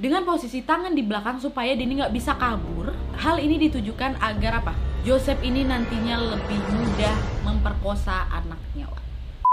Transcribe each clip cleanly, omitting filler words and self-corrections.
dengan posisi tangan di belakang supaya Denny nggak bisa kabur. Hal ini ditujukan agar apa? Joseph ini nantinya lebih mudah memperkosa anaknya, Wak.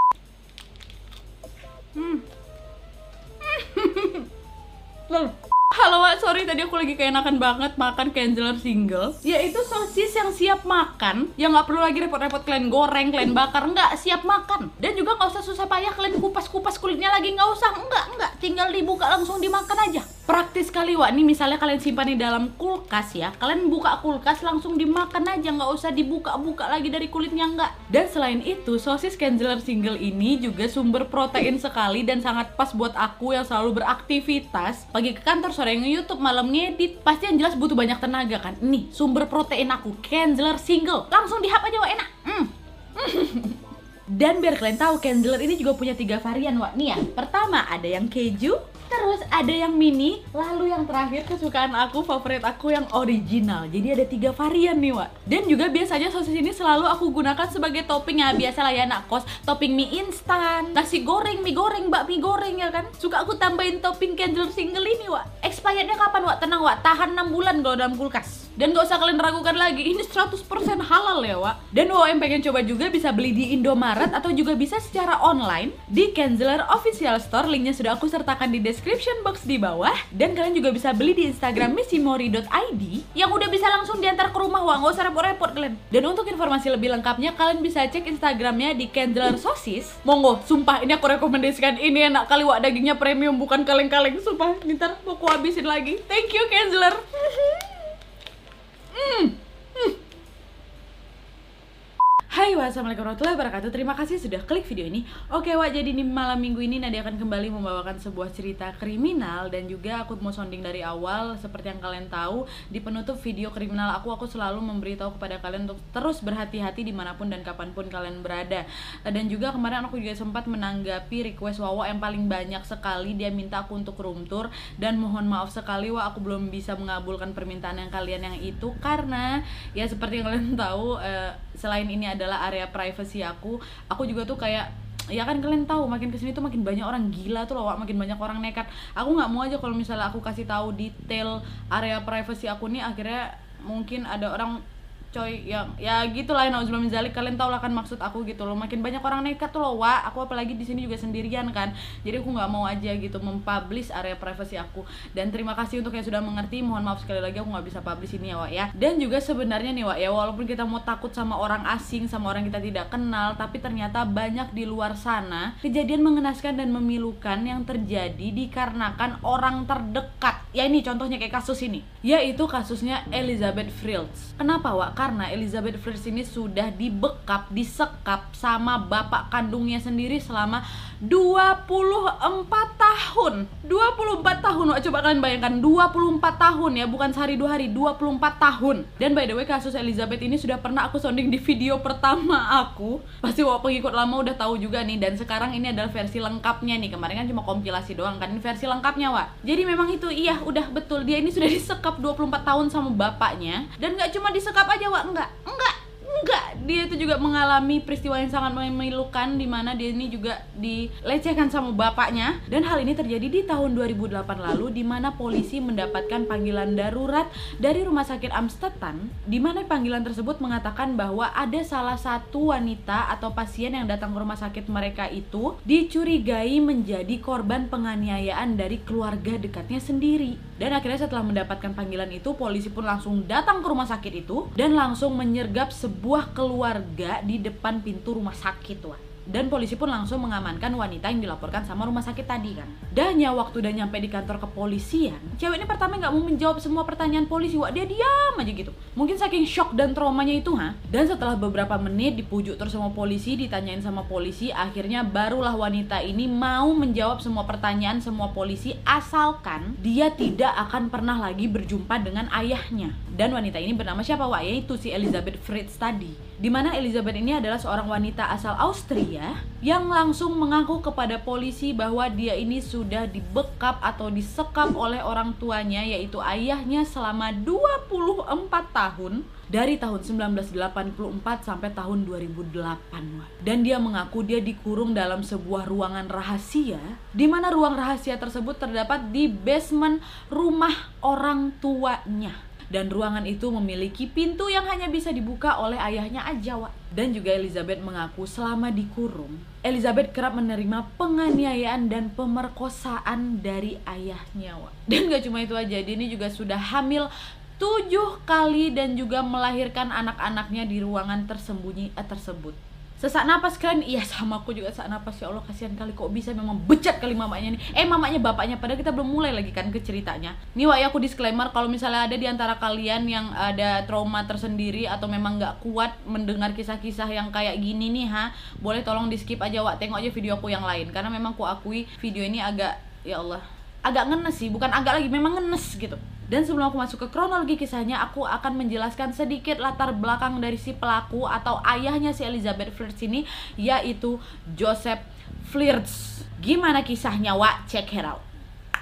Halo Wak, sorry tadi aku lagi keenakan banget makan Kenzler single. Yaitu sosis yang siap makan, yang nggak perlu lagi repot-repot kalian goreng, kalian bakar, nggak, siap makan. Dan juga nggak usah susah payah kalian kupas-kupas kulitnya lagi, nggak usah, enggak, tinggal dibuka langsung dimakan aja. Praktis sekali Wak, nih misalnya kalian simpan di dalam kulkas ya, kalian buka kulkas langsung dimakan aja, nggak usah dibuka-buka lagi dari kulitnya, nggak. Dan selain itu, sosis Kenzler single ini juga sumber protein sekali dan sangat pas buat aku yang selalu beraktivitas, pagi ke kantor, sore nge-YouTube, malam ngedit, pasti yang jelas butuh banyak tenaga kan. Nih, sumber protein aku, Kenzler single, langsung dihap aja Wak, enak. Dan biar kalian tahu, Kenzler ini juga punya 3 varian Wak. Nih ya, pertama ada yang keju, terus ada yang mini, lalu yang terakhir kesukaan aku, favorit aku yang original. Jadi ada 3 varian nih Wak. Dan juga biasanya sosis ini selalu aku gunakan sebagai topping ya, biasalah ya anak kos, topping mie instan, nasi goreng, mie goreng, bakmi goreng ya kan. Suka aku tambahin topping Kenzler single ini Wak. Expirednya kapan Wak? Tenang Wak, tahan 6 bulan kalau dalam kulkas. Dan gak usah kalian ragukan lagi, ini 100% halal ya Wak. Dan Wak yang pengen coba juga bisa beli di Indomaret atau juga bisa secara online di Kenzler Official Store. Linknya sudah aku sertakan di description box di bawah. Dan kalian juga bisa beli di Instagram missimori.id yang udah bisa langsung diantar ke rumah Wak, gak usah repot-repot kalian. Dan untuk informasi lebih lengkapnya kalian bisa cek Instagramnya di Kenzler Sosis. Monggo, sumpah ini aku rekomendasikan, ini enak kali Wak, dagingnya premium bukan kaleng-kaleng. Sumpah, ntar mau aku habisin lagi. Thank you Kenzler. Hai Wak, assalamualaikum warahmatullahi wabarakatuh. Terima kasih sudah klik video ini. Oke Wak, jadi di malam minggu ini Nadia akan kembali membawakan sebuah cerita kriminal. Dan juga aku mau sounding dari awal. Seperti yang kalian tahu, di penutup video kriminal aku selalu memberitahu kepada kalian untuk terus berhati-hati dimanapun dan kapanpun kalian berada. Dan juga kemarin aku juga sempat menanggapi request Wawa yang paling banyak sekali. Dia minta aku untuk room tour. Dan mohon maaf sekali Wak, aku belum bisa mengabulkan permintaan yang kalian yang itu. Karena ya seperti yang kalian tahu, selain ini adalah area privacy aku juga tuh kayak, ya kan kalian tahu makin kesini tuh makin banyak orang gila tuh loh Wak, makin banyak orang nekat. Aku nggak mau aja kalau misalnya aku kasih tahu detail area privacy aku nih, akhirnya mungkin ada orang coy yang ya gitulah, nauzubillah min zalik, kalian tau lah kan maksud aku gitu loh. Makin banyak orang nekat tuh loh Wak, aku apalagi di sini juga sendirian kan, jadi aku nggak mau aja gitu mempublish area privasi aku. Dan terima kasih untuk yang sudah mengerti, mohon maaf sekali lagi aku nggak bisa publish ini ya Wak ya. Dan juga sebenarnya nih Wak ya, walaupun kita mau takut sama orang asing, sama orang kita tidak kenal, tapi ternyata banyak di luar sana kejadian mengenaskan dan memilukan yang terjadi dikarenakan orang terdekat. Ya ini contohnya kayak kasus ini, yaitu kasusnya Elizabeth Frills. Kenapa Wak? Karena Elizabeth Frills ini sudah disekap sama bapak kandungnya sendiri selama 24 tahun. 24 tahun Wak, coba kalian bayangkan, 24 tahun ya, bukan sehari 2 hari, 24 tahun. Dan by the way, kasus Elizabeth ini sudah pernah aku sounding di video pertama aku. Pasti Wak pengikut lama udah tahu juga nih. Dan sekarang ini adalah versi lengkapnya nih. Kemarin kan cuma kompilasi doang kan, ini versi lengkapnya Wak. Jadi memang itu, iya udah betul, dia ini sudah disekap 24 tahun sama bapaknya. Dan gak cuma disekap aja Wak, enggak, dia itu juga mengalami peristiwa yang sangat memilukan, dimana dia ini juga dilecehkan sama bapaknya. Dan hal ini terjadi di tahun 2008 lalu, dimana polisi mendapatkan panggilan darurat dari rumah sakit Amsterdam, dimana panggilan tersebut mengatakan bahwa ada salah satu wanita atau pasien yang datang ke rumah sakit mereka itu dicurigai menjadi korban penganiayaan dari keluarga dekatnya sendiri. Dan akhirnya setelah mendapatkan panggilan itu, polisi pun langsung datang ke rumah sakit itu dan langsung menyergap sebuah keluarga di depan pintu rumah sakit Wak. Dan polisi pun langsung mengamankan wanita yang dilaporkan sama rumah sakit tadi kan. Dan ya waktu udah nyampe di kantor kepolisian, cewek ini pertama nggak mau menjawab semua pertanyaan polisi Wak, dia diam aja gitu. Mungkin saking shock dan traumanya itu Dan setelah beberapa menit dipujuk terus sama polisi, ditanyain sama polisi, akhirnya barulah wanita ini mau menjawab semua pertanyaan semua polisi, asalkan dia tidak akan pernah lagi berjumpa dengan ayahnya. Dan wanita ini bernama siapa Wak? Yaitu si Elizabeth Frills tadi. di mana Elizabeth ini adalah seorang wanita asal Austria yang langsung mengaku kepada polisi bahwa dia ini sudah dibekap atau disekap oleh orang tuanya, yaitu ayahnya, selama 24 tahun dari tahun 1984 sampai tahun 2008. Dan dia mengaku dia dikurung dalam sebuah ruangan rahasia, di mana ruang rahasia tersebut terdapat di basement rumah orang tuanya. Dan ruangan itu memiliki pintu yang hanya bisa dibuka oleh ayahnya aja, Wak. Dan juga Elizabeth mengaku selama dikurung, Elizabeth kerap menerima penganiayaan dan pemerkosaan dari ayahnya, Wak. Dan gak cuma itu aja, dia ini juga sudah hamil 7 kali dan juga melahirkan anak-anaknya di ruangan tersembunyi tersebut. Sesak napas kalian, iya sama aku juga sesak napas, ya Allah kasihan kali, kok bisa memang bejat kali mamanya nih. Mamanya bapaknya, padahal kita belum mulai lagi kan ke ceritanya. Nih Wak, aku disclaimer kalau misalnya ada di antara kalian yang ada trauma tersendiri atau memang gak kuat mendengar kisah-kisah yang kayak gini nih boleh tolong di skip aja, Wak, tengok aja video aku yang lain. Karena memang aku akui video ini agak, ya Allah, agak ngenes sih, bukan agak lagi, memang ngenes gitu. Dan sebelum aku masuk ke kronologi kisahnya, aku akan menjelaskan sedikit latar belakang dari si pelaku atau ayahnya si Elizabeth Flirts ini, yaitu Joseph Flirts. Gimana kisahnya, Wak? Check it out.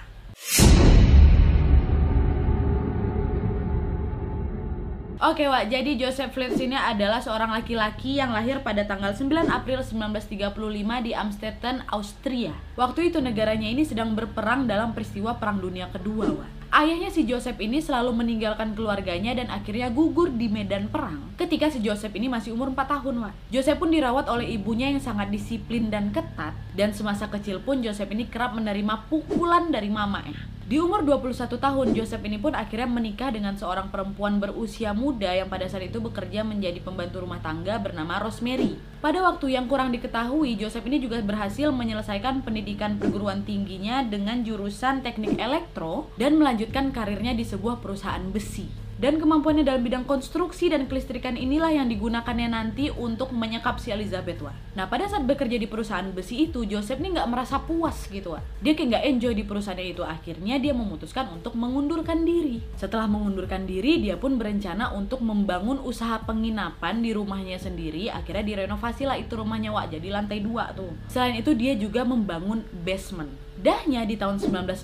Oke, Wak, jadi Joseph Flirts ini adalah seorang laki-laki yang lahir pada tanggal 9 April 1935 di Amsterdam, Austria. Waktu itu negaranya ini sedang berperang dalam peristiwa Perang Dunia Kedua, Wak. Ayahnya si Joseph ini selalu meninggalkan keluarganya dan akhirnya gugur di medan perang ketika si Joseph ini masih umur 4 tahun, Wak. Joseph pun dirawat oleh ibunya yang sangat disiplin dan ketat, dan semasa kecil pun Joseph ini kerap menerima pukulan dari mamanya. Di umur 21 tahun, Joseph ini pun akhirnya menikah dengan seorang perempuan berusia muda yang pada saat itu bekerja menjadi pembantu rumah tangga bernama Rosemary. Pada waktu yang kurang diketahui, Joseph ini juga berhasil menyelesaikan pendidikan perguruan tingginya dengan jurusan teknik elektro dan melanjutkan karirnya di sebuah perusahaan besi. Dan kemampuannya dalam bidang konstruksi dan kelistrikan inilah yang digunakannya nanti untuk menyekap si Elizabeth, Wak. Nah, pada saat bekerja di perusahaan besi itu, Joseph ini nggak merasa puas gitu, Wak. Dia kayak nggak enjoy di perusahaannya itu. Akhirnya dia memutuskan untuk mengundurkan diri. Setelah mengundurkan diri, dia pun berencana untuk membangun usaha penginapan di rumahnya sendiri. Akhirnya direnovasi lah itu rumahnya, Wak. Jadi lantai 2 tuh. Selain itu, dia juga membangun basement. Dahnya di tahun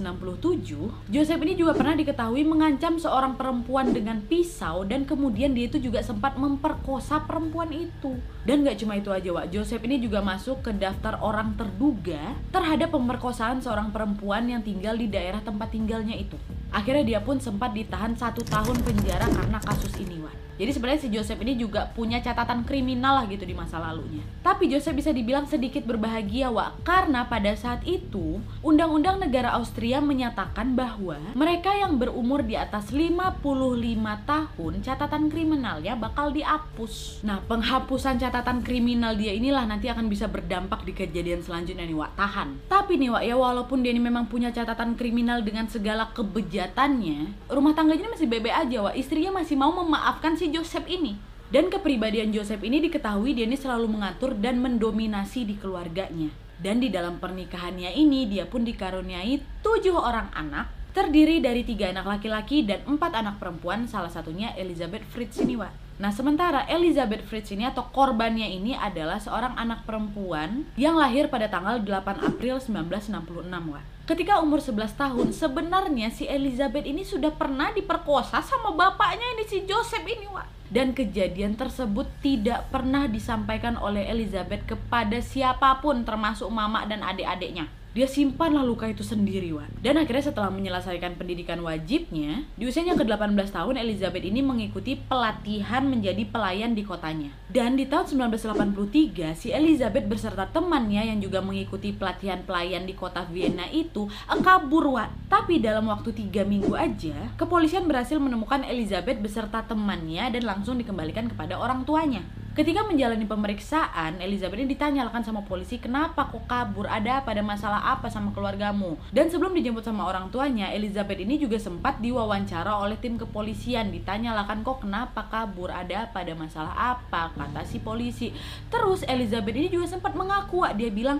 1967, Joseph ini juga pernah diketahui mengancam seorang perempuan dengan pisau, dan kemudian dia itu juga sempat memperkosa perempuan itu. Dan gak cuma itu aja, Wak, Joseph ini juga masuk ke daftar orang terduga terhadap pemerkosaan seorang perempuan yang tinggal di daerah tempat tinggalnya itu. Akhirnya dia pun sempat ditahan 1 tahun penjara karena kasus ini, Wak. Jadi sebenarnya si Joseph ini juga punya catatan kriminal lah gitu di masa lalunya. Tapi Joseph bisa dibilang sedikit berbahagia, Wak, karena pada saat itu undang-undang negara Austria menyatakan bahwa mereka yang berumur di atas 55 tahun catatan kriminalnya bakal dihapus. Nah, penghapusan catatan kriminal dia inilah nanti akan bisa berdampak di kejadian selanjutnya nih, Wak. Tahan. Tapi nih, Wak, ya walaupun dia ini memang punya catatan kriminal dengan segala kebejatannya, rumah tangganya masih bebe aja, Wak. Istrinya masih mau memaafkan si Joseph ini. Dan kepribadian Joseph ini diketahui dia ini selalu mengatur dan mendominasi di keluarganya. Dan di dalam pernikahannya ini dia pun dikaruniai 7 orang anak, terdiri dari 3 anak laki-laki dan 4 anak perempuan, salah satunya Elizabeth Flirts ini, Wak. Nah, sementara Elizabeth Flirts ini atau korbannya ini adalah seorang anak perempuan yang lahir pada tanggal 8 April 1966, Wak. Ketika umur 11 tahun, sebenarnya si Elizabeth ini sudah pernah diperkosa sama bapaknya ini, si Joseph ini, Wak. Dan kejadian tersebut tidak pernah disampaikan oleh Elizabeth kepada siapapun, termasuk mama dan adik-adiknya. Dia simpanlah luka itu sendiri, Wak. Dan akhirnya setelah menyelesaikan pendidikan wajibnya, di usianya ke-18 tahun, Elizabeth ini mengikuti pelatihan menjadi pelayan di kotanya. Dan di tahun 1983, si Elizabeth beserta temannya yang juga mengikuti pelatihan pelayan di kota Vienna itu kabur, Wak. Tapi dalam waktu 3 minggu aja, kepolisian berhasil menemukan Elizabeth beserta temannya dan langsung dikembalikan kepada orang tuanya. Ketika menjalani pemeriksaan, Elizabeth ini ditanyakan sama polisi, kenapa kok kabur, ada pada masalah apa sama keluargamu. Dan sebelum dijemput sama orang tuanya, Elizabeth ini juga sempat diwawancara oleh tim kepolisian. Ditanyakan kok kenapa kabur, ada pada masalah apa, kata si polisi. Terus Elizabeth ini juga sempat mengaku, dia bilang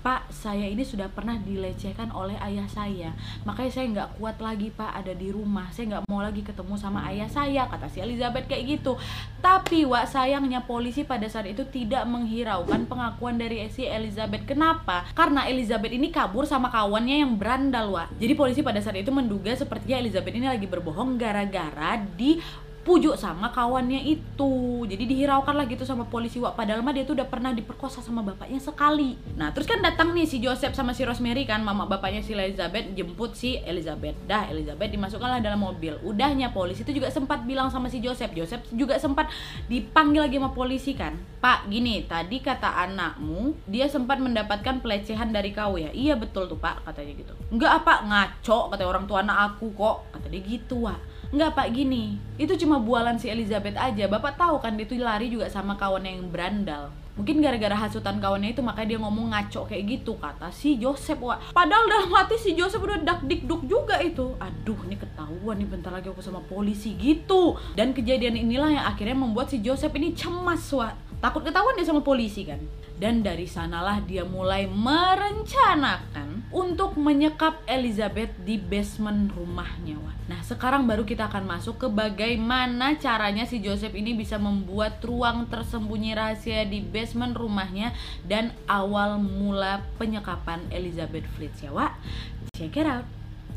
Pak, saya ini sudah pernah dilecehkan oleh ayah saya, makanya saya nggak kuat lagi Pak ada di rumah, saya nggak mau lagi ketemu sama ayah saya, kata si Elizabeth kayak gitu. Tapi Wak, sayangnya polisi pada saat itu tidak menghiraukan pengakuan dari si Elizabeth. Kenapa? Karena Elizabeth ini kabur sama kawannya yang berandal Wak. Jadi polisi pada saat itu menduga sepertinya Elizabeth ini lagi berbohong gara-gara di pujuk sama kawannya itu. Jadi dihiraukan lah gitu sama polisi Wak. Padahal mah dia tuh udah pernah diperkosa sama bapaknya sekali. Nah terus kan datang nih si Joseph sama si Rosemary kan, mama bapaknya si Elizabeth, jemput si Elizabeth. Dah Elizabeth dimasukkanlah dalam mobil. Udahnya polisi itu juga sempat bilang sama si Joseph. Joseph juga sempat dipanggil lagi sama polisi kan. Pak gini, tadi kata anakmu dia sempat mendapatkan pelecehan dari kau ya. Iya betul tuh Pak, katanya gitu. Enggak apa, ngaco kata orang tua anak aku kok, kata dia gitu Wak. Enggak Pak, gini, itu cuma bualan si Elizabeth aja. Bapak tahu kan dia tuh lari juga sama kawannya yang berandal. Mungkin gara-gara hasutan kawannya itu makanya dia ngomong ngaco kayak gitu, kata si Joseph Wak. Padahal dalam hati si Joseph udah dak-dik-duk juga itu. Aduh ini ketahuan nih bentar lagi aku sama polisi gitu. Dan kejadian inilah yang akhirnya membuat si Joseph ini cemas Wak. Takut ketahuan dia sama polisi kan. Dan dari sanalah dia mulai merencanakan untuk menyekap Elizabeth di basement rumahnya Wak. Nah sekarang baru kita akan masuk ke bagaimana caranya si Joseph ini bisa membuat ruang tersembunyi rahasia di basement rumahnya dan awal mula penyekapan Elizabeth Flitz ya Wak. Check it out.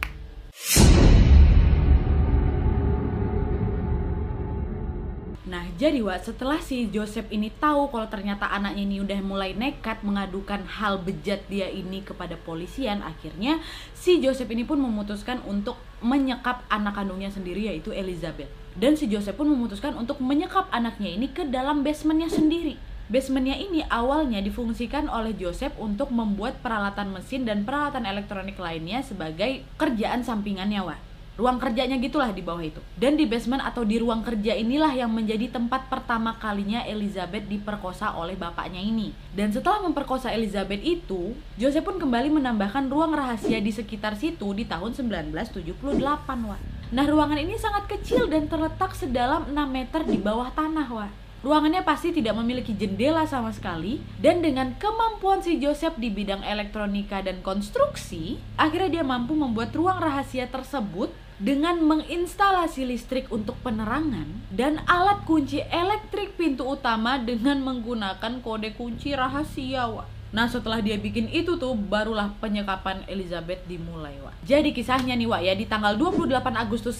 Nah jadi Wak, setelah si Joseph ini tahu kalau ternyata anaknya ini udah mulai nekat mengadukan hal bejat dia ini kepada polisian, akhirnya si Joseph ini pun memutuskan untuk menyekap anak kandungnya sendiri yaitu Elizabeth. Dan si Joseph pun memutuskan untuk menyekap anaknya ini ke dalam basementnya sendiri. Basementnya ini awalnya difungsikan oleh Joseph untuk membuat peralatan mesin dan peralatan elektronik lainnya sebagai kerjaan sampingannya Wak. Ruang kerjanya gitulah di bawah itu. Dan di basement atau di ruang kerja inilah yang menjadi tempat pertama kalinya Elizabeth diperkosa oleh bapaknya ini. Dan setelah memperkosa Elizabeth itu, Joseph pun kembali menambahkan ruang rahasia di sekitar situ di tahun 1978 Wak. Nah ruangan ini sangat kecil dan terletak sedalam 6 meter di bawah tanah Wak. Ruangannya pasti tidak memiliki jendela sama sekali. Dan dengan kemampuan si Joseph di bidang elektronika dan konstruksi, akhirnya dia mampu membuat ruang rahasia tersebut dengan menginstalasi listrik untuk penerangan dan alat kunci elektrik pintu utama dengan menggunakan kode kunci rahasia Wak. Nah setelah dia bikin itu tuh barulah penyekapan Elizabeth dimulai Wak. Jadi kisahnya nih Wak ya, di tanggal 28 Agustus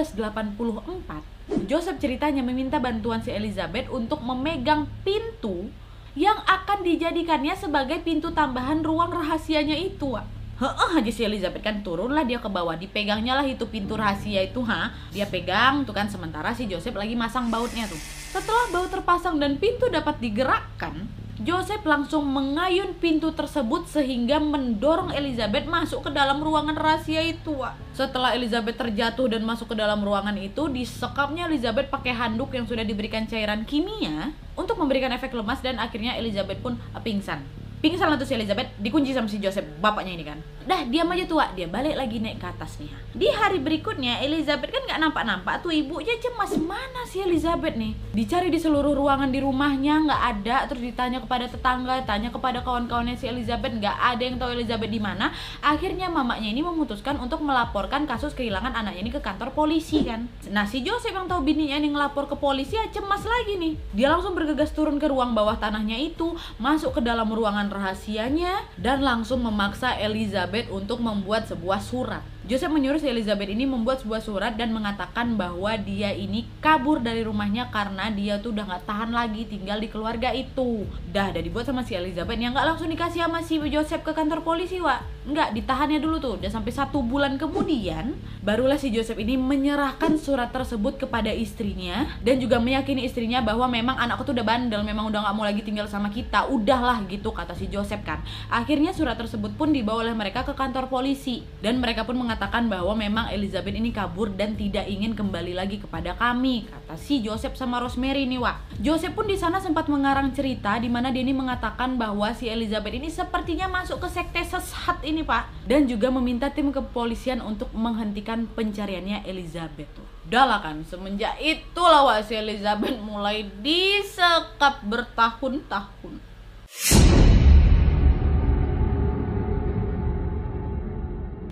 1984 Joseph ceritanya meminta bantuan si Elizabeth untuk memegang pintu yang akan dijadikannya sebagai pintu tambahan ruang rahasianya itu Wak. Aja si Elizabeth kan turunlah dia ke bawah, dipegangnya lah itu pintu rahasia itu dia pegang tuh kan, sementara si Joseph lagi masang bautnya tuh. Setelah baut terpasang dan pintu dapat digerakkan, Joseph langsung mengayun pintu tersebut sehingga mendorong Elizabeth masuk ke dalam ruangan rahasia itu Wak. Setelah Elizabeth terjatuh dan masuk ke dalam ruangan itu, disekapnya Elizabeth pakai handuk yang sudah diberikan cairan kimia untuk memberikan efek lemas dan akhirnya Elizabeth pun pingsan. Pingsan lah tuh si Elizabeth, dikunci sama si Joseph, bapaknya ini kan. Dah diam aja tuh Wak, dia balik lagi naik ke atas nih. Di hari berikutnya Elizabeth kan gak nampak-nampak tuh, ibunya cemas, mana si Elizabeth nih. Dicari di seluruh ruangan di rumahnya gak ada, terus ditanya kepada tetangga, tanya kepada kawan-kawannya si Elizabeth, gak ada yang tahu Elizabeth di mana. Akhirnya mamanya ini memutuskan untuk melaporkan kasus kehilangan anaknya ini ke kantor polisi kan. Nah si Joseph yang tahu bininya ini ngelapor ke polisi ya cemas lagi nih. Dia langsung bergegas turun ke ruang bawah tanahnya itu, masuk ke dalam ruangan rahasianya dan langsung memaksa Elizabeth untuk membuat sebuah surat. Joseph menyuruh si Elizabeth ini membuat sebuah surat dan mengatakan bahwa dia ini kabur dari rumahnya karena dia tuh udah gak tahan lagi tinggal di keluarga itu. Udah dibuat sama si Elizabeth yang gak langsung dikasih sama si Joseph ke kantor polisi Wak. Enggak, ditahannya dulu tuh. Udah sampai 1 bulan kemudian barulah si Joseph ini menyerahkan surat tersebut kepada istrinya dan juga meyakini istrinya bahwa memang anakku tuh udah bandel, memang udah gak mau lagi tinggal sama kita, udahlah gitu kata si Joseph kan. Akhirnya surat tersebut pun dibawa oleh mereka ke kantor polisi dan mereka pun mengatakan bahwa memang Elizabeth ini kabur dan tidak ingin kembali lagi kepada kami, kata si Joseph sama Rosemary nih Wak. Joseph pun di sana sempat mengarang cerita di mana dia ini mengatakan bahwa si Elizabeth ini sepertinya masuk ke sekte sesat ini Pak, dan juga meminta tim kepolisian untuk menghentikan pencariannya Elizabeth tuh. Udah lah kan, semenjak itulah Wak si Elizabeth mulai disekap bertahun-tahun.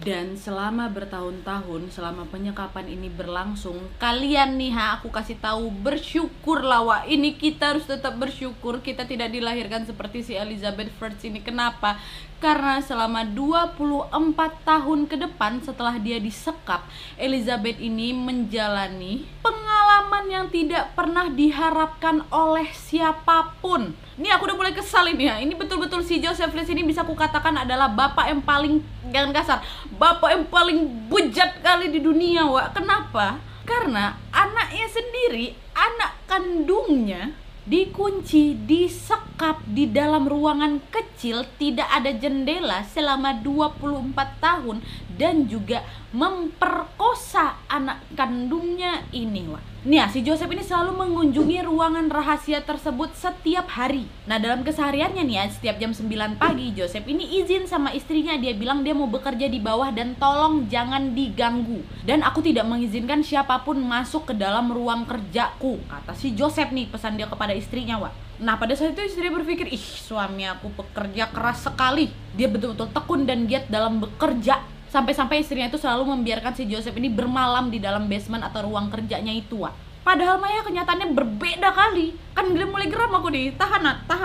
Dan selama bertahun-tahun, selama penyekapan ini berlangsung, kalian nih aku kasih tahu, bersyukurlah wak. Ini kita harus tetap bersyukur kita tidak dilahirkan seperti si Elizabeth First ini. Kenapa? Karena selama 24 tahun ke depan setelah dia disekap, Elizabeth ini menjalani pengalaman yang tidak pernah diharapkan oleh siapapun. Ini aku udah mulai kesal ini ya. Ini betul-betul si Joseph Rees ini bisa kukatakan adalah bapak yang paling, jangan kasar, bapak yang paling bejat kali di dunia wak. Kenapa? Karena anaknya sendiri, anak kandungnya, dikunci, disekap di dalam ruangan kecil, tidak ada jendela selama 24 tahun dan juga memperkosa anak kandungnya ini wak. Nih ya, si Joseph ini selalu mengunjungi ruangan rahasia tersebut setiap hari. Nah, dalam kesehariannya nih ya, setiap jam 9 pagi Joseph ini izin sama istrinya. Dia bilang dia mau bekerja di bawah dan tolong jangan diganggu. Dan aku tidak mengizinkan siapapun masuk ke dalam ruang kerjaku, kata si Joseph nih, pesan dia kepada istrinya wak. Nah, pada saat itu istri berpikir, ih suami aku bekerja keras sekali. Dia betul-betul tekun dan giat dalam bekerja. Sampai-sampai istrinya itu selalu membiarkan si Joseph ini bermalam di dalam basement atau ruang kerjanya itu wak. Padahal Maya kenyataannya berbeda kali. Kan mulai geram aku nih, tahan.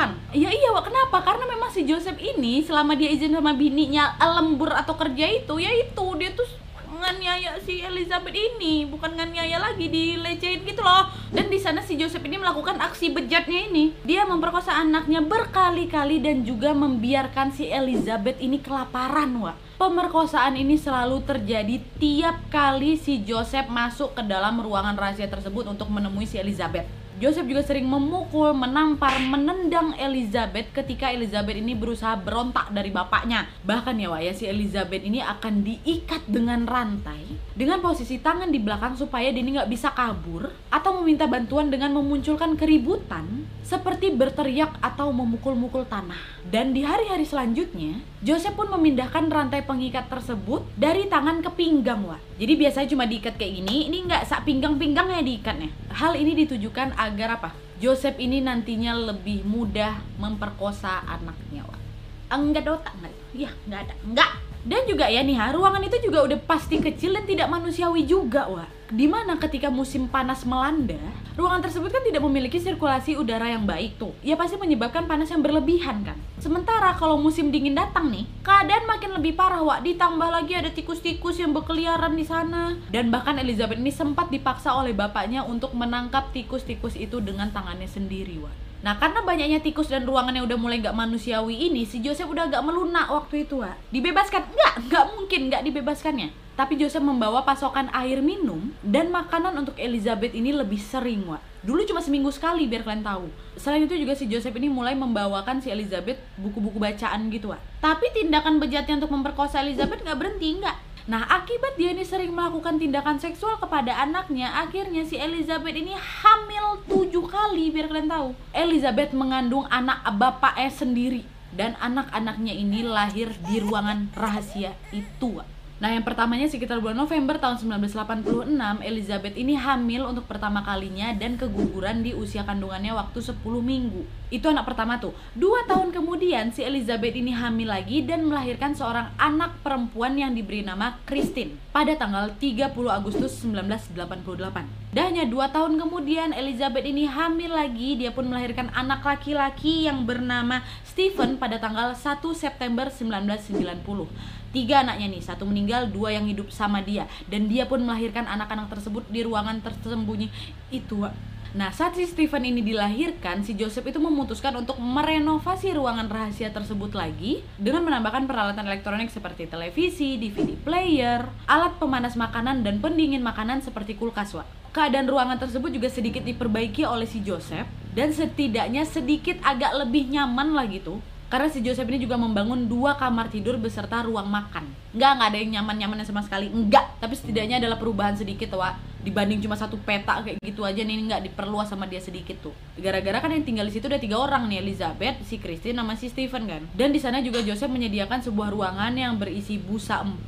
Iya wak, kenapa? Karena memang si Joseph ini selama dia izin sama bininya lembur atau kerja itu, ya itu dia tuh nganiaya si Elizabeth ini, bukan nganiaya lagi, dilecehin gitu loh. Dan di sana si Joseph ini melakukan aksi bejatnya ini. Dia memperkosa anaknya berkali-kali dan juga membiarkan si Elizabeth ini kelaparan wak. Pemerkosaan ini selalu terjadi tiap kali si Joseph masuk ke dalam ruangan rahasia tersebut untuk menemui si Elizabeth. Joseph juga sering memukul, menampar, menendang Elizabeth ketika Elizabeth ini berusaha berontak dari bapaknya. Bahkan ya wak ya, si Elizabeth ini akan diikat dengan rantai dengan posisi tangan di belakang supaya dia ini nggak bisa kabur atau meminta bantuan dengan memunculkan keributan seperti berteriak atau memukul-mukul tanah. Dan di hari-hari selanjutnya, Joseph pun memindahkan rantai pengikat tersebut dari tangan ke pinggang wak. Jadi biasanya cuma diikat kayak gini, ini nggak sak pinggang-pinggangnya diikatnya. Hal ini ditujukan agar apa? Joseph ini nantinya lebih mudah memperkosa anaknya wak. Enggak ada otak nggak? Iya nggak ada, enggak. Dan juga ya nih ruangan itu juga udah pasti kecil dan tidak manusiawi juga wak. Dimana ketika musim panas melanda, ruangan tersebut kan tidak memiliki sirkulasi udara yang baik tuh. Ya pasti menyebabkan panas yang berlebihan kan. Sementara kalau musim dingin datang nih, keadaan makin lebih parah wak. Ditambah lagi ada tikus-tikus yang berkeliaran di sana. Dan bahkan Elizabeth ini sempat dipaksa oleh bapaknya untuk menangkap tikus-tikus itu dengan tangannya sendiri wak. Nah, karena banyaknya tikus dan ruangannya udah mulai gak manusiawi ini, si Joseph udah gak melunak waktu itu wak. Dibebaskan? Nggak mungkin gak dibebaskannya. Tapi Joseph membawa pasokan air minum dan makanan untuk Elizabeth ini lebih sering wak. Dulu cuma seminggu sekali biar kalian tahu. Selain itu juga si Joseph ini mulai membawakan si Elizabeth buku-buku bacaan gitu wak. Tapi tindakan bejatnya untuk memperkosa Elizabeth gak berhenti, nggak. Nah, akibat dia ini sering melakukan tindakan seksual kepada anaknya, akhirnya si Elizabeth ini hamil 7 kali biar kalian tahu. Elizabeth mengandung anak bapaknya sendiri dan anak-anaknya ini lahir di ruangan rahasia itu. Nah, yang pertamanya sekitar bulan November tahun 1986, Elizabeth ini hamil untuk pertama kalinya dan keguguran di usia kandungannya waktu 10 minggu. Itu anak pertama tuh. 2 tahun kemudian si Elizabeth ini hamil lagi dan melahirkan seorang anak perempuan yang diberi nama Christine pada tanggal 30 Agustus 1988. Dan hanya 2 tahun kemudian Elizabeth ini hamil lagi, dia pun melahirkan anak laki-laki yang bernama Stephen pada tanggal 1 September 1990. 3 anaknya nih, 1 meninggal, 2 yang hidup sama dia. Dan dia pun melahirkan anak-anak tersebut di ruangan tersembunyi itu. Nah, saat si Stephen ini dilahirkan, si Joseph itu memutuskan untuk merenovasi ruangan rahasia tersebut lagi dengan menambahkan peralatan elektronik seperti televisi, DVD player, alat pemanas makanan, dan pendingin makanan seperti kulkas wak. Keadaan ruangan tersebut juga sedikit diperbaiki oleh si Joseph dan setidaknya sedikit agak lebih nyaman lah gitu. Karena si Joseph ini juga membangun 2 kamar tidur beserta ruang makan. Enggak ada yang nyaman-nyamannya sama sekali. Enggak, tapi setidaknya adalah perubahan sedikit wak. Dibanding cuma 1 peta kayak gitu aja nih, enggak diperluas sama dia sedikit tuh. Gara-gara kan yang tinggal di situ ada 3 orang nih, Elizabeth, si Christine, sama si Stephen kan. Dan di sana juga Joseph menyediakan sebuah ruangan yang berisi busa empuk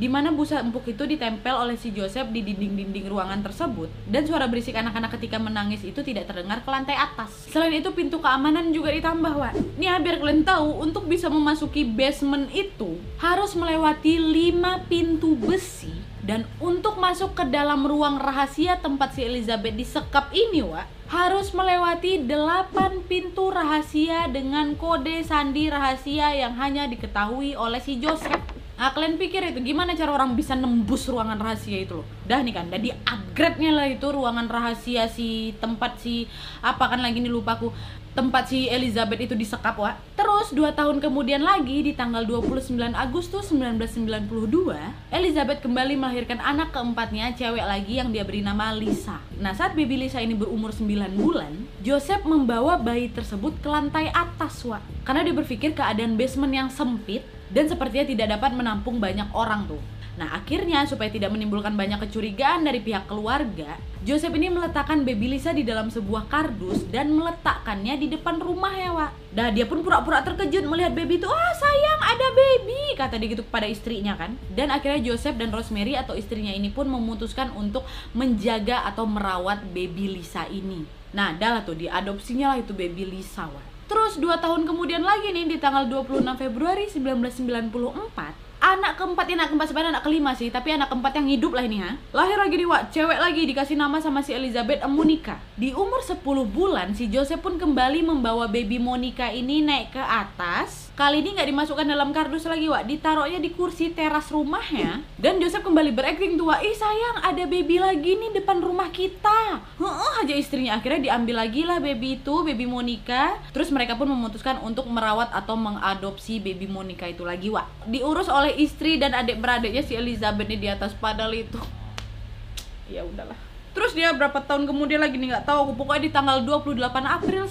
di mana busa empuk itu ditempel oleh si Joseph di dinding-dinding ruangan tersebut, dan suara berisik anak-anak ketika menangis itu tidak terdengar ke lantai atas. Selain itu pintu keamanan juga ditambah, Wak. Nih ya, biar kalian tahu, untuk bisa memasuki basement itu harus melewati 5 pintu besi, dan untuk masuk ke dalam ruang rahasia tempat si Elizabeth disekap ini, Wak, harus melewati 8 pintu rahasia dengan kode sandi rahasia yang hanya diketahui oleh si Joseph. Nah, kalian pikir itu gimana cara orang bisa nembus ruangan rahasia itu loh? Dah nih kan, udah di upgrade-nya lah itu ruangan rahasia si tempat si apa kan lagi nih lupa aku, tempat si Elizabeth itu disekap, Wak. Terus 2 tahun kemudian lagi di tanggal 29 Agustus 1992, Elizabeth kembali melahirkan anak keempatnya, cewek lagi yang dia beri nama Lisa. Nah, saat baby Lisa ini berumur 9 bulan, Joseph membawa bayi tersebut ke lantai atas, Wak. Karena dia berpikir keadaan basement yang sempit dan sepertinya tidak dapat menampung banyak orang tuh. Nah, akhirnya supaya tidak menimbulkan banyak kecurigaan dari pihak keluarga, Joseph ini meletakkan baby Lisa di dalam sebuah kardus dan meletakkannya di depan rumah ya, Wak. Nah, dia pun pura-pura terkejut melihat baby itu. "Oh sayang, ada baby," kata dia gitu kepada istrinya kan. Dan akhirnya Joseph dan Rosemary atau istrinya ini pun memutuskan untuk menjaga atau merawat baby Lisa ini. Nah, dah lah tuh diadopsinya lah itu baby Lisa, Wak. Terus 2 tahun kemudian lagi nih di tanggal 26 Februari 1994, anak keempat sebenarnya anak kelima sih, tapi anak keempat yang hidup lah ini ha. Lahir lagi nih, Wak, cewek lagi, dikasih nama sama si Elizabeth, Monica. Di umur 10 bulan si Joseph pun kembali membawa baby Monica ini naik ke atas. Kali ini nggak dimasukkan dalam kardus lagi, Wak, ditaruhnya di kursi teras rumahnya. Dan Joseph kembali berakting tuh, Wak, "Ih sayang, ada baby lagi nih depan rumah kita." Aja istrinya. Akhirnya diambil lagi lah baby itu, baby Monica. Terus mereka pun memutuskan untuk merawat atau mengadopsi baby Monica itu lagi, Wak. Diurus oleh istri dan adik-beradiknya si Elizabeth nih di atas, padahal itu ya udahlah. Terus dia berapa tahun kemudian lagi nih nggak tahu aku, pokoknya di tanggal 28 April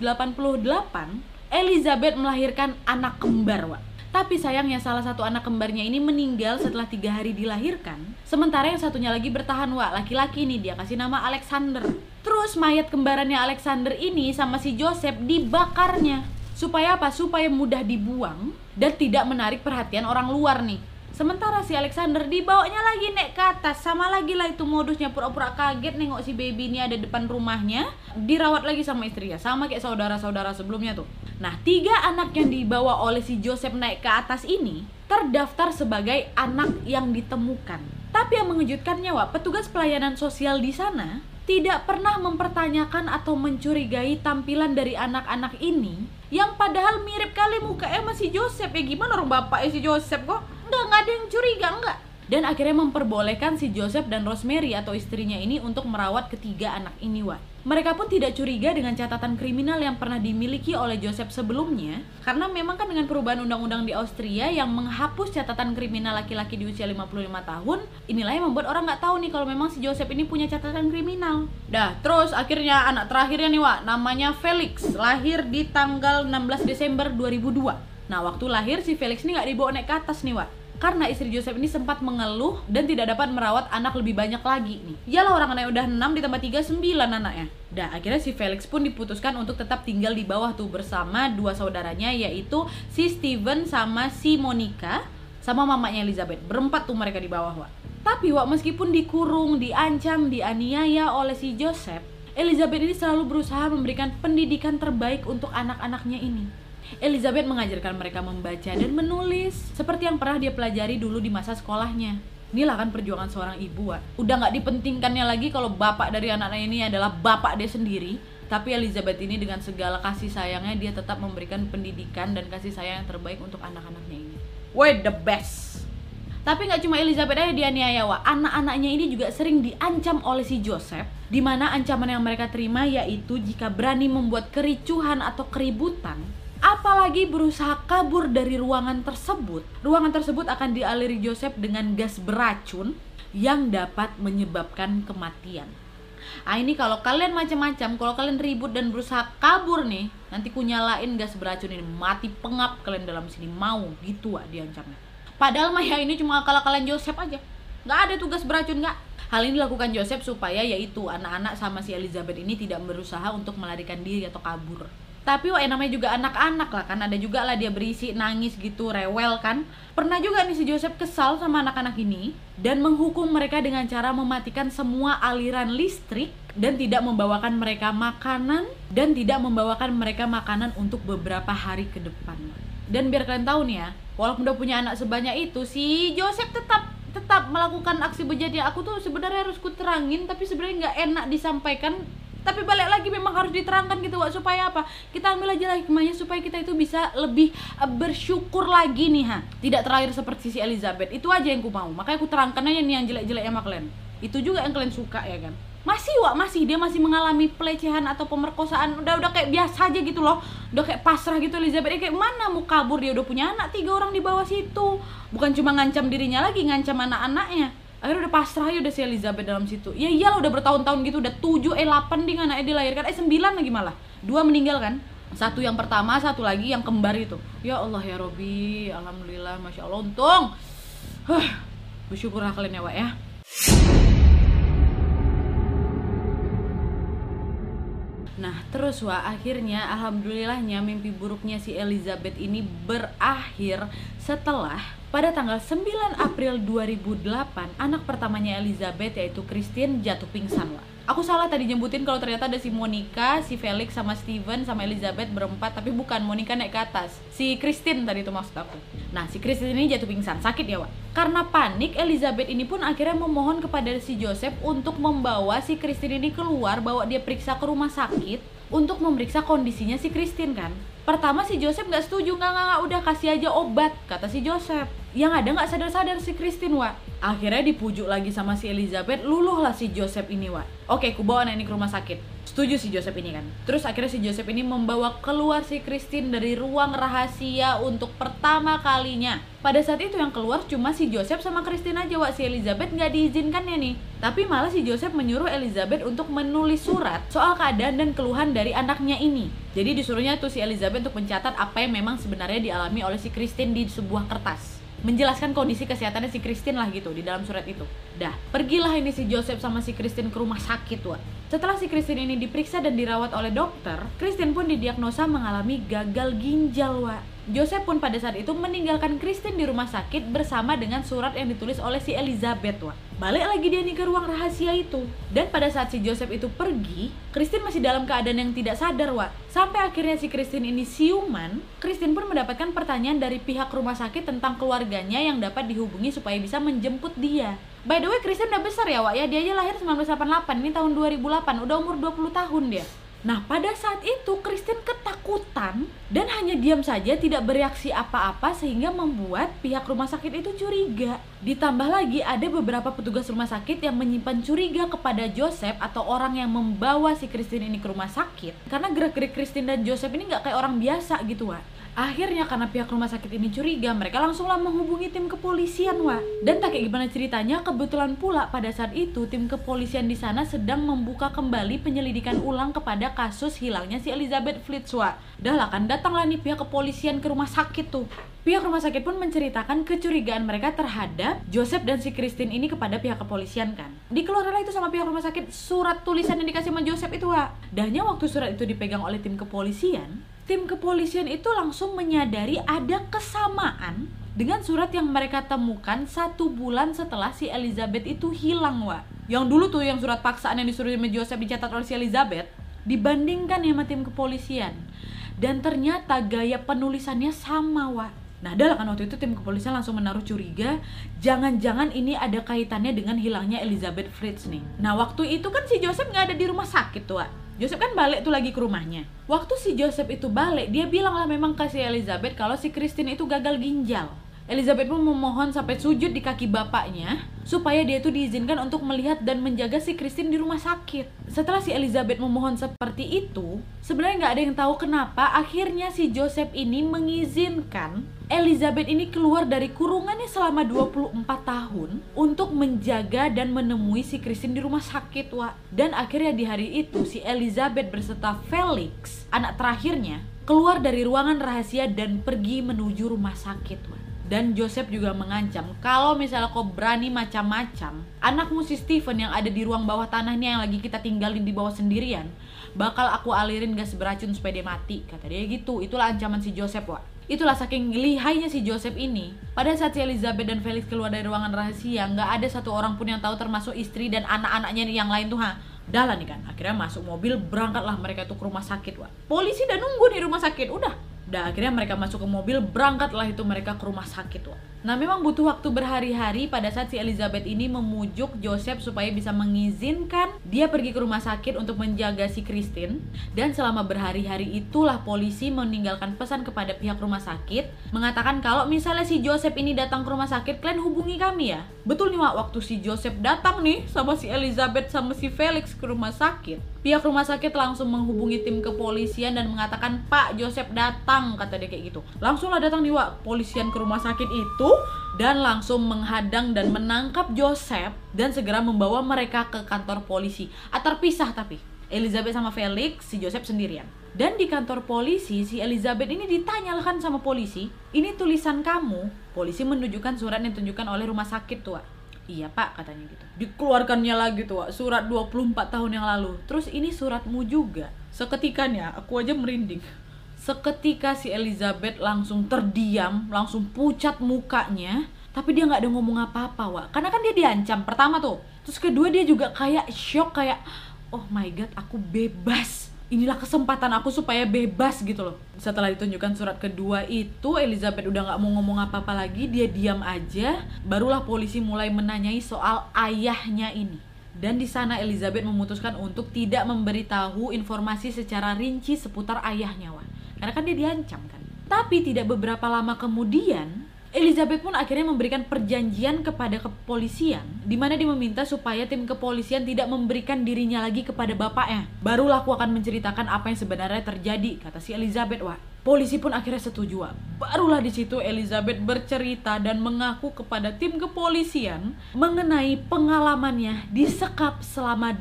1988 Elizabeth melahirkan anak kembar, Wak. Tapi sayangnya salah satu anak kembarnya ini meninggal setelah 3 hari dilahirkan. Sementara yang satunya lagi bertahan, Wak, laki-laki nih, dia kasih nama Alexander. Terus mayat kembarannya Alexander ini sama si Joseph dibakarnya. Supaya apa? Supaya mudah dibuang dan tidak menarik perhatian orang luar nih. Sementara si Alexander dibawanya lagi naik ke atas. Sama lagi lah itu modusnya, pura-pura kaget nengok si baby ini ada depan rumahnya. Dirawat lagi sama istrinya, sama kayak saudara-saudara sebelumnya tuh. Nah, 3 anak yang dibawa oleh si Joseph naik ke atas ini terdaftar sebagai anak yang ditemukan. Tapi yang mengejutkannya, Wak, petugas pelayanan sosial di sana tidak pernah mempertanyakan atau mencurigai tampilan dari anak-anak ini, yang padahal mirip kali mukanya sama si Joseph. Ya gimana orang bapaknya si Joseph kok nggak ada yang curiga, enggak. Dan akhirnya memperbolehkan si Joseph dan Rosemary atau istrinya ini untuk merawat ketiga anak ini, Wak. Mereka pun tidak curiga dengan catatan kriminal yang pernah dimiliki oleh Joseph sebelumnya, karena memang kan dengan perubahan undang-undang di Austria yang menghapus catatan kriminal laki-laki di usia 55 tahun, inilah yang membuat orang nggak tahu nih kalau memang si Joseph ini punya catatan kriminal. Dah, terus akhirnya anak terakhirnya nih, Wak, namanya Felix, lahir di tanggal 16 Desember 2002. Nah, waktu lahir si Felix ini nggak dibawa naik ke atas nih, Wak, karena istri Joseph ini sempat mengeluh dan tidak dapat merawat anak lebih banyak lagi nih. Iyalah, orang anaknya udah 6 ditambah 3, 9 anaknya. Dah, akhirnya si Felix pun diputuskan untuk tetap tinggal di bawah tuh bersama 2 saudaranya, yaitu si Steven sama si Monica sama mamanya Elizabeth. Berempat tuh mereka di bawah, Wak. Tapi, Wak, meskipun dikurung, diancam, dianiaya oleh si Joseph, Elizabeth ini selalu berusaha memberikan pendidikan terbaik untuk anak-anaknya ini. Elizabeth mengajarkan mereka membaca dan menulis seperti yang pernah dia pelajari dulu di masa sekolahnya. Inilah kan perjuangan seorang ibu, Wak. Udah gak dipentingkannya lagi kalau bapak dari anak-anak ini adalah bapak dia sendiri. Tapi Elizabeth ini dengan segala kasih sayangnya, dia tetap memberikan pendidikan dan kasih sayang yang terbaik untuk anak-anaknya ini. We're the best. Tapi gak cuma Elizabeth aja dianiaya, Wak. Anak-anaknya ini juga sering diancam oleh si Joseph, dimana ancaman yang mereka terima yaitu jika berani membuat kericuhan atau keributan, apalagi berusaha kabur dari ruangan tersebut akan dialiri Joseph dengan gas beracun yang dapat menyebabkan kematian. Ah, ini kalau kalian macam-macam, kalau kalian ribut dan berusaha kabur nih, nanti ku nyalain gas beracun ini, mati pengap kalian dalam sini, mau gitu, Wak, diancamnya. Padahal mah ya ini cuma akal-akalan Joseph aja, nggak ada tugas beracun, nggak. Hal ini dilakukan Joseph supaya yaitu anak-anak sama si Elizabeth ini tidak berusaha untuk melarikan diri atau kabur. Tapi wah, yang namanya juga anak-anak lah kan, ada juga lah dia berisi nangis gitu, rewel kan. Pernah juga nih si Joseph kesal sama anak-anak ini dan menghukum mereka dengan cara mematikan semua aliran listrik dan tidak membawakan mereka makanan untuk beberapa hari ke depan. Dan biar kalian tahu nih ya, walaupun udah punya anak sebanyak itu, si Joseph tetap melakukan aksi bejatnya. Aku tuh sebenarnya harus kuterangin, tapi sebenarnya nggak enak disampaikan. Tapi balik lagi memang harus diterangkan gitu, Wak, supaya apa? Kita ambil aja lah hikmahnya supaya kita itu bisa lebih bersyukur lagi nih, tidak terakhir seperti si Elizabeth. Itu aja yang ku mau. Makanya aku terangkan aja nih yang jelek-jelek sama kalian. Itu juga yang kalian suka ya kan? Dia masih mengalami pelecehan atau pemerkosaan. Udah kayak biasa aja gitu loh. Udah kayak pasrah gitu Elizabeth. Kayak mana mau kabur, dia udah punya anak 3 orang di bawah situ. Bukan cuma ngancam dirinya lagi, ngancam anak-anaknya. Akhirnya udah pasrah ya udah si Elizabeth dalam situ. Ya iyalah udah bertahun-tahun gitu, udah 8 ding anaknya dilahirkan. 9 lagi malah. 2 meninggal kan. 1 yang pertama, 1 lagi yang kembar itu. Ya Allah ya Robbi, alhamdulillah, Masya Allah, untung. Bersyukurlah kalian ya, Wak ya. Nah terus Wak, akhirnya alhamdulillahnya mimpi buruknya si Elizabeth ini berakhir setelah pada tanggal 9 April 2008 anak pertamanya Elizabeth yaitu Christine jatuh pingsan, Wak. Aku salah tadi nyebutin kalau ternyata ada si Monica, si Felix sama Steven sama Elizabeth berempat, tapi bukan, Monica naik ke atas. Si Christine tadi itu maksud aku. Nah, si Christine ini jatuh pingsan, sakit ya, Wak. Karena panik, Elizabeth ini pun akhirnya memohon kepada si Joseph untuk membawa si Christine ini keluar, bawa dia periksa ke rumah sakit untuk memeriksa kondisinya si Christine kan. Pertama si Joseph nggak setuju, nggak, udah kasih aja obat, kata si Joseph. Yang ada nggak sadar-sadar si Christine, Wak. Akhirnya dipujuk lagi sama si Elizabeth, luluhlah si Joseph ini, Wak. Oke, ku bawa anak ini ke rumah sakit. Setuju si Joseph ini kan. Terus akhirnya si Joseph ini membawa keluar si Christine dari ruang rahasia untuk pertama kalinya. Pada saat itu yang keluar cuma si Joseph sama Christine aja, Wak. Si Elizabeth nggak diizinkan ya nih. Tapi malah si Joseph menyuruh Elizabeth untuk menulis surat soal keadaan dan keluhan dari anaknya ini. Jadi disuruhnya tuh si Elizabeth untuk mencatat apa yang memang sebenarnya dialami oleh si Christine di sebuah kertas. Menjelaskan kondisi kesehatannya si Christine lah gitu di dalam surat itu. Dah, pergilah ini si Joseph sama si Christine ke rumah sakit, Wak. Setelah si Christine ini diperiksa dan dirawat oleh dokter, Christine pun didiagnosa mengalami gagal ginjal, Wak. Joseph pun pada saat itu meninggalkan Christine di rumah sakit bersama dengan surat yang ditulis oleh si Elizabeth, Wak. Balik lagi dia nih ke ruang rahasia itu. Dan pada saat si Joseph itu pergi, Christine masih dalam keadaan yang tidak sadar, Wak. Sampai akhirnya si Christine ini siuman, Christine pun mendapatkan pertanyaan dari pihak rumah sakit tentang keluarganya yang dapat dihubungi supaya bisa menjemput dia. By the way, Christine udah besar ya, Wak ya. Dia aja lahir 1988, ini tahun 2008, udah umur 20 tahun dia. Nah, pada saat itu Christine ketakutan dan hanya diam saja, tidak bereaksi apa-apa sehingga membuat pihak rumah sakit itu curiga. Ditambah lagi ada beberapa petugas rumah sakit yang menyimpan curiga kepada Joseph atau orang yang membawa si Christine ini ke rumah sakit. Karena gerak-gerik Christine dan Joseph ini nggak kayak orang biasa gitu, Wak. Akhirnya karena pihak rumah sakit ini curiga, mereka langsunglah menghubungi tim kepolisian, Wak. Dan tak kayak gimana ceritanya, kebetulan pula pada saat itu tim kepolisian di sana sedang membuka kembali penyelidikan ulang kepada kasus hilangnya si Elizabeth Flitz, Wak. Dah lah kan, datanglah nih pihak kepolisian ke rumah sakit tuh. Pihak rumah sakit pun menceritakan kecurigaan mereka terhadap Joseph dan si Christine ini kepada pihak kepolisian kan. Dikeluarkanlah itu sama pihak rumah sakit surat tulisan yang dikasih sama Joseph itu, Wak. Dahnya waktu surat itu dipegang oleh tim kepolisian itu langsung menyadari ada kesamaan dengan surat yang mereka temukan 1 bulan setelah si Elizabeth itu hilang, Wak. Yang dulu tuh yang surat paksaan yang disuruh sama Joseph dicatat oleh si Elizabeth, dibandingkan ya sama tim kepolisian. Dan ternyata gaya penulisannya sama, Wak. Nah, adalah kan waktu itu tim kepolisian langsung menaruh curiga, jangan-jangan ini ada kaitannya dengan hilangnya Elizabeth Flitz nih. Nah, waktu itu kan si Joseph nggak ada di rumah sakit tuh, Wak. Joseph kan balik tuh lagi ke rumahnya. Waktu si Joseph itu balik, dia bilang lah memang ke si Elizabeth kalau si Christine itu gagal ginjal. Elizabeth pun memohon sampai sujud di kaki bapaknya supaya dia itu diizinkan untuk melihat dan menjaga si Christine di rumah sakit. Setelah si Elizabeth memohon seperti itu, sebenarnya nggak ada yang tahu kenapa akhirnya si Joseph ini mengizinkan Elizabeth ini keluar dari kurungannya selama 24 tahun untuk menjaga dan menemui si Christine di rumah sakit, Wak. Dan akhirnya di hari itu si Elizabeth beserta Felix, anak terakhirnya, keluar dari ruangan rahasia dan pergi menuju rumah sakit, Wak. Dan Joseph juga mengancam, kalau misalnya kau berani macam-macam, anakmu si Steven yang ada di ruang bawah tanahnya yang lagi kita tinggalin di bawah sendirian, bakal aku alirin gas beracun supaya dia mati, kata dia gitu. Itulah ancaman si Joseph, Wak. Itulah saking lihainya si Joseph ini. Pada saat si Elizabeth dan Felix keluar dari ruangan rahasia, nggak ada satu orang pun yang tahu, termasuk istri dan anak-anaknya yang lain tuh. Dah lah nih kan, akhirnya masuk mobil, berangkatlah mereka tuh ke rumah sakit, Wak. Polisi udah nunggu di rumah sakit, udah akhirnya mereka masuk ke mobil, berangkatlah itu mereka ke rumah sakit, Wak. Nah memang butuh waktu berhari-hari pada saat si Elizabeth ini memujuk Joseph supaya bisa mengizinkan dia pergi ke rumah sakit untuk menjaga si Christine. Dan selama berhari-hari itulah polisi meninggalkan pesan kepada pihak rumah sakit, mengatakan kalau misalnya si Joseph ini datang ke rumah sakit, kalian hubungi kami ya. Betul nih, Wak, waktu si Joseph datang nih sama si Elizabeth sama si Felix ke rumah sakit, pihak rumah sakit langsung menghubungi tim kepolisian dan mengatakan, Pak, Joseph datang, kata dia kayak gitu. Langsunglah datang nih, Wak, polisian ke rumah sakit itu dan langsung menghadang dan menangkap Joseph dan segera membawa mereka ke kantor polisi. Terpisah tapi Elizabeth sama Felix, si Joseph sendirian. Dan di kantor polisi, si Elizabeth ini ditanyakan sama polisi, ini tulisan kamu? Polisi menunjukkan surat yang ditunjukkan oleh rumah sakit tuh, Wak. Iya Pak, katanya gitu. Dikeluarkannya lagi tuh, Wak, surat 24 tahun yang lalu. Terus ini suratmu juga. Seketikanya, aku aja merinding. Seketika si Elizabeth langsung terdiam, langsung pucat mukanya, tapi dia nggak ada ngomong apa-apa, Wak. Karena kan dia diancam pertama tuh. Terus kedua dia juga kayak shock, kayak oh my god, aku bebas. Inilah kesempatan aku supaya bebas gitu loh. Setelah ditunjukkan surat kedua itu, Elizabeth udah nggak mau ngomong apa-apa lagi, dia diam aja. Barulah polisi mulai menanyai soal ayahnya ini. Dan di sana Elizabeth memutuskan untuk tidak memberitahu informasi secara rinci seputar ayahnya, Wak. Karena kan dia diancam kan. Tapi tidak beberapa lama kemudian, Elizabeth pun akhirnya memberikan perjanjian kepada kepolisian, di mana dia meminta supaya tim kepolisian tidak memberikan dirinya lagi kepada bapaknya. Barulah aku akan menceritakan apa yang sebenarnya terjadi, kata si Elizabeth, Wak. Polisi pun akhirnya setuju, Wak. Barulah di situ Elizabeth bercerita dan mengaku kepada tim kepolisian mengenai pengalamannya disekap selama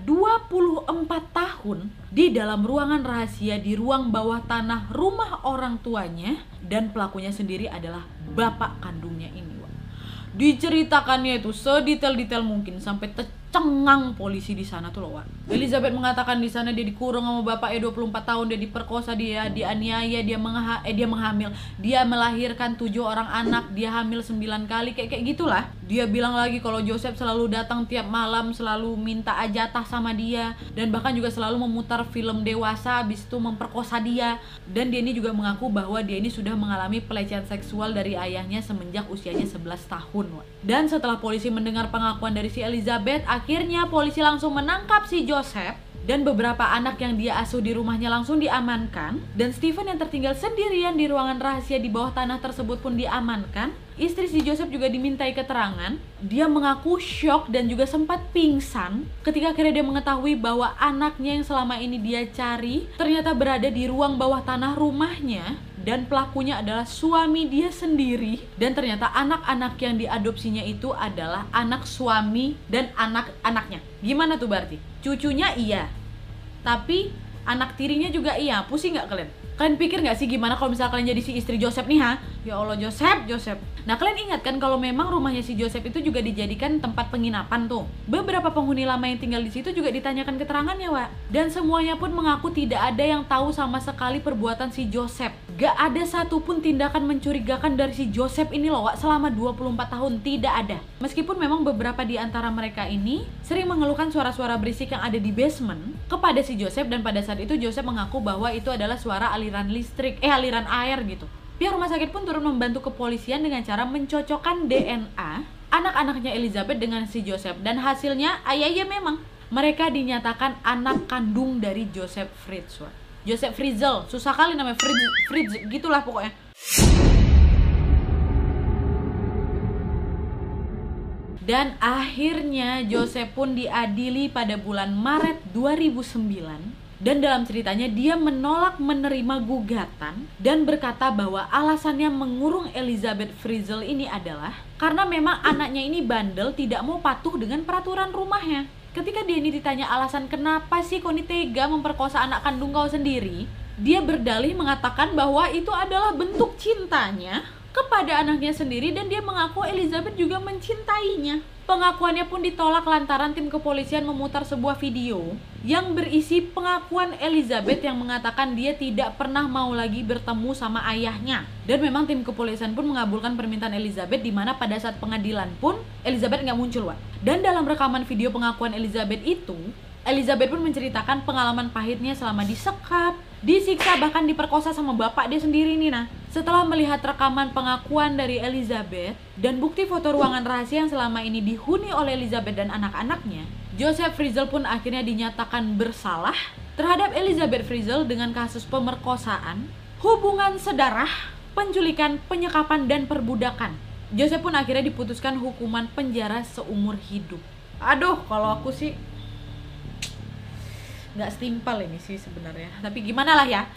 24 tahun di dalam ruangan rahasia di ruang bawah tanah rumah orang tuanya, dan pelakunya sendiri adalah bapak kandungnya ini, Wak. Diceritakannya itu sedetail-detail mungkin sampai cengang polisi di sana tuh loh, Wak. Elizabeth mengatakan di sana dia dikurung sama bapaknya 24 tahun, dia diperkosa, dia dianiaya, dia menghamil, dia melahirkan 7 orang anak, dia hamil 9 kali, kayak gitulah. Dia bilang lagi kalau Joseph selalu datang tiap malam, selalu minta jatah sama dia, dan bahkan juga selalu memutar film dewasa, habis itu memperkosa dia. Dan dia ini juga mengaku bahwa dia ini sudah mengalami pelecehan seksual dari ayahnya semenjak usianya 11 tahun, Wak. Dan setelah polisi mendengar pengakuan dari si Elizabeth, akhirnya polisi langsung menangkap si Joseph, dan beberapa anak yang dia asuh di rumahnya langsung diamankan. Dan Steven yang tertinggal sendirian di ruangan rahasia di bawah tanah tersebut pun diamankan. Istri si Joseph juga dimintai keterangan. Dia mengaku syok dan juga sempat pingsan ketika akhirnya dia mengetahui bahwa anaknya yang selama ini dia cari ternyata berada di ruang bawah tanah rumahnya, dan pelakunya adalah suami dia sendiri. Dan ternyata anak-anak yang diadopsinya itu adalah anak suami dan anak-anaknya. Gimana tuh berarti? Cucunya iya, tapi anak tirinya juga iya. Pusing gak kalian? Kalian pikir gak sih gimana kalau misalnya kalian jadi si istri Joseph nih, ha? Ya Allah, Joseph. Nah, kalian ingat kan kalau memang rumahnya si Joseph itu juga dijadikan tempat penginapan tuh. Beberapa penghuni lama yang tinggal di situ juga ditanyakan keterangannya, Wak. Dan semuanya pun mengaku tidak ada yang tahu sama sekali perbuatan si Joseph. Gak ada satupun tindakan mencurigakan dari si Joseph ini loh, Wak, selama 24 tahun. Tidak ada. Meskipun memang beberapa di antara mereka ini sering mengeluhkan suara-suara berisik yang ada di basement kepada si Joseph, dan pada saat itu Joseph mengaku bahwa itu adalah suara aliran air gitu. Pihak rumah sakit pun turun membantu kepolisian dengan cara mencocokkan DNA anak-anaknya Elizabeth dengan si Joseph, dan hasilnya ya memang mereka dinyatakan anak kandung dari Joseph Fritzl. Joseph Fritzl, susah kali namanya, Fritz gitulah pokoknya. Dan akhirnya Joseph pun diadili pada bulan Maret 2009. Dan dalam ceritanya dia menolak menerima gugatan dan berkata bahwa alasannya mengurung Elizabeth Fritzl ini adalah karena memang anaknya ini bandel, tidak mau patuh dengan peraturan rumahnya. Ketika dia ini ditanya alasan kenapa sih kau ini tega memperkosa anak kandung kau sendiri, dia berdalih mengatakan bahwa itu adalah bentuk cintanya kepada anaknya sendiri dan dia mengaku Elizabeth juga mencintainya. Pengakuannya pun ditolak lantaran tim kepolisian memutar sebuah video yang berisi pengakuan Elizabeth yang mengatakan dia tidak pernah mau lagi bertemu sama ayahnya. Dan memang tim kepolisian pun mengabulkan permintaan Elizabeth, di mana pada saat pengadilan pun Elizabeth nggak muncul, Wak. Dan dalam rekaman video pengakuan Elizabeth itu, Elizabeth pun menceritakan pengalaman pahitnya selama disekap, disiksa, bahkan diperkosa sama bapak dia sendiri nih. Nah, setelah melihat rekaman pengakuan dari Elizabeth dan bukti foto ruangan rahasia yang selama ini dihuni oleh Elizabeth dan anak-anaknya, Joseph Frizzell pun akhirnya dinyatakan bersalah terhadap Elizabeth Frizzell dengan kasus pemerkosaan, hubungan sedarah, penculikan, penyekapan, dan perbudakan. Joseph pun akhirnya diputuskan hukuman penjara seumur hidup. Aduh, kalau aku sih nggak setimpal ini sih sebenarnya, tapi gimana lah ya.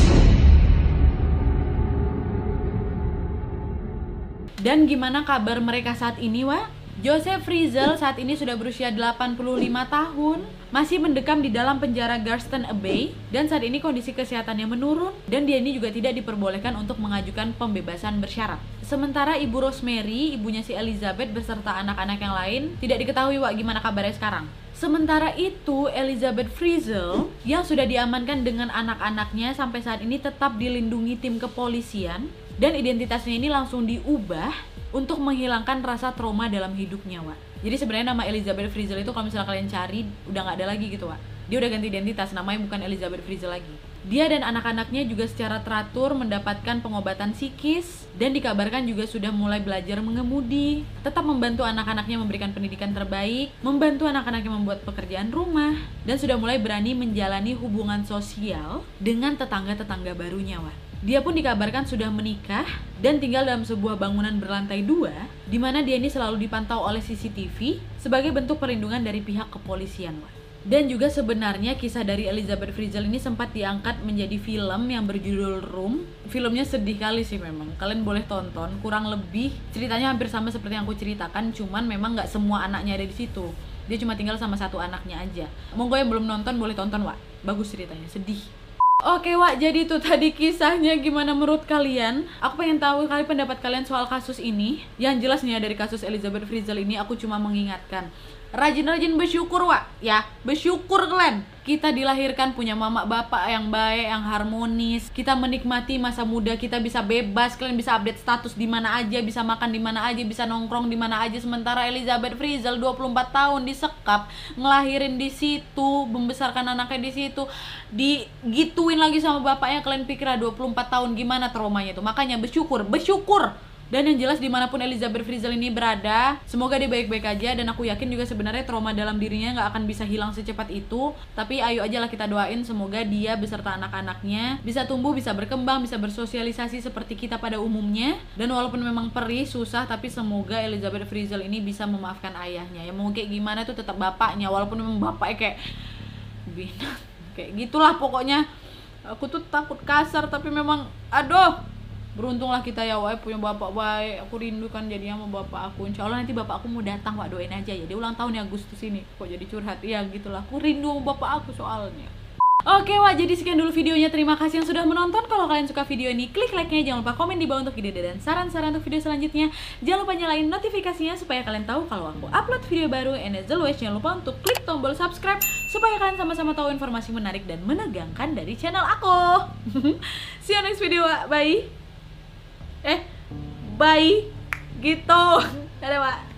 Dan gimana kabar mereka saat ini, Wak? Joseph Frizzell saat ini sudah berusia 85 tahun, masih mendekam di dalam penjara Garston Abbey, dan saat ini kondisi kesehatannya menurun, dan dia ini juga tidak diperbolehkan untuk mengajukan pembebasan bersyarat. Sementara ibu Rosemary, ibunya si Elizabeth beserta anak-anak yang lain, tidak diketahui, Wak, gimana kabarnya sekarang. Sementara itu, Elizabeth Frizzell yang sudah diamankan dengan anak-anaknya sampai saat ini tetap dilindungi tim kepolisian, dan identitasnya ini langsung diubah untuk menghilangkan rasa trauma dalam hidupnya, Wak. Jadi sebenarnya nama Elizabeth Frizzell itu kalau misalnya kalian cari udah nggak ada lagi gitu, Wak. Dia udah ganti identitas, namanya bukan Elizabeth Frizzell lagi. Dia dan anak-anaknya juga secara teratur mendapatkan pengobatan psikis dan dikabarkan juga sudah mulai belajar mengemudi, tetap membantu anak-anaknya memberikan pendidikan terbaik, membantu anak-anaknya membuat pekerjaan rumah, dan sudah mulai berani menjalani hubungan sosial dengan tetangga-tetangga barunya, Wak. Dia pun dikabarkan sudah menikah dan tinggal dalam sebuah bangunan berlantai 2, di mana dia ini selalu dipantau oleh CCTV sebagai bentuk perlindungan dari pihak kepolisian, Wak. Dan juga sebenarnya kisah dari Elizabeth Frizzell ini sempat diangkat menjadi film yang berjudul Room. Filmnya sedih kali sih memang, kalian boleh tonton. Kurang lebih ceritanya hampir sama seperti yang aku ceritakan, cuman memang nggak semua anaknya ada di situ. Dia cuma tinggal sama satu anaknya aja. Monggo yang belum nonton boleh tonton, Wak. Bagus ceritanya, sedih. Oke, Wak, jadi itu tadi kisahnya. Gimana menurut kalian? Aku pengen tahu kali pendapat kalian soal kasus ini. Yang jelas nih ya, dari kasus Elizabeth Frizzell ini aku cuma mengingatkan, rajin-rajin bersyukur, Wak, ya. Bersyukur kalian. Kita dilahirkan punya mama bapak yang baik, yang harmonis. Kita menikmati masa muda kita, bisa bebas, kalian bisa update status di mana aja, bisa makan di mana aja, bisa nongkrong di mana aja. Sementara Elizabeth Frizzell 24 tahun disekap, ngelahirin di situ, membesarkan anaknya di situ, digituin lagi sama bapaknya. Kalian pikir 24 tahun gimana traumanya itu. Makanya bersyukur. Dan yang jelas dimanapun Elizabeth Frizzell ini berada, semoga dia baik-baik aja. Dan aku yakin juga sebenarnya trauma dalam dirinya nggak akan bisa hilang secepat itu. Tapi ayo aja lah kita doain, semoga dia beserta anak-anaknya bisa tumbuh, bisa berkembang, bisa bersosialisasi seperti kita pada umumnya. Dan walaupun memang perih, susah, tapi semoga Elizabeth Frizzell ini bisa memaafkan ayahnya. Ya mau kayak gimana tuh tetap bapaknya, walaupun memang bapaknya kayak binat, kayak gitulah pokoknya. Aku tuh takut kasar, tapi memang aduh, beruntunglah kita ya, Wak, punya bapak baik. Aku rindu kan jadinya sama bapak aku. Insya Allah nanti bapak aku mau datang, Wak, doain aja ya. Dia ulang tahun ya Agustus ini. Kok jadi curhat? Ya gitulah, aku rindu sama bapak aku soalnya. Oke, Wak, jadi sekian dulu videonya. Terima kasih yang sudah menonton. Kalau kalian suka video ini, klik like-nya. Jangan lupa komen di bawah untuk ide dan saran-saran untuk video selanjutnya. Jangan lupa nyalain notifikasinya supaya kalian tahu kalau aku upload video baru. And as always, jangan lupa untuk klik tombol subscribe supaya kalian sama-sama tahu informasi menarik dan menegangkan dari channel aku. See you next video, Wak. Bye. Bye gitu. Dadah, Wak.